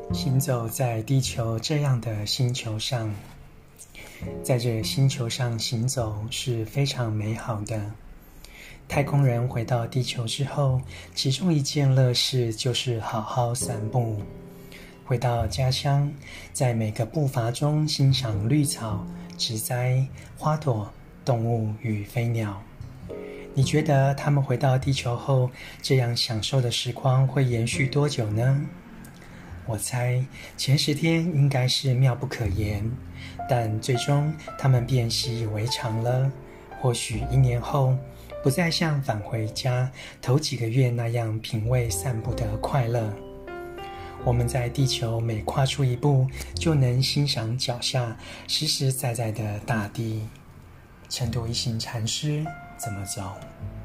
行走在地球这样的星球上，在这星球上行走是非常美好的。太空人回到地球之后，其中一件乐事就是好好散步。回到家乡，在每个步伐中欣赏绿草、植栽、花朵、动物与飞鸟。你觉得他们回到地球后，这样享受的时光会延续多久呢？我猜前10天应该是妙不可言，但最终他们便习以为常了。或许1年后，不再像返回家头几个月那样品味散步的快乐。我们在地球每跨出一步，就能欣赏脚下实实在在的大地。晨读一行禅师怎么走？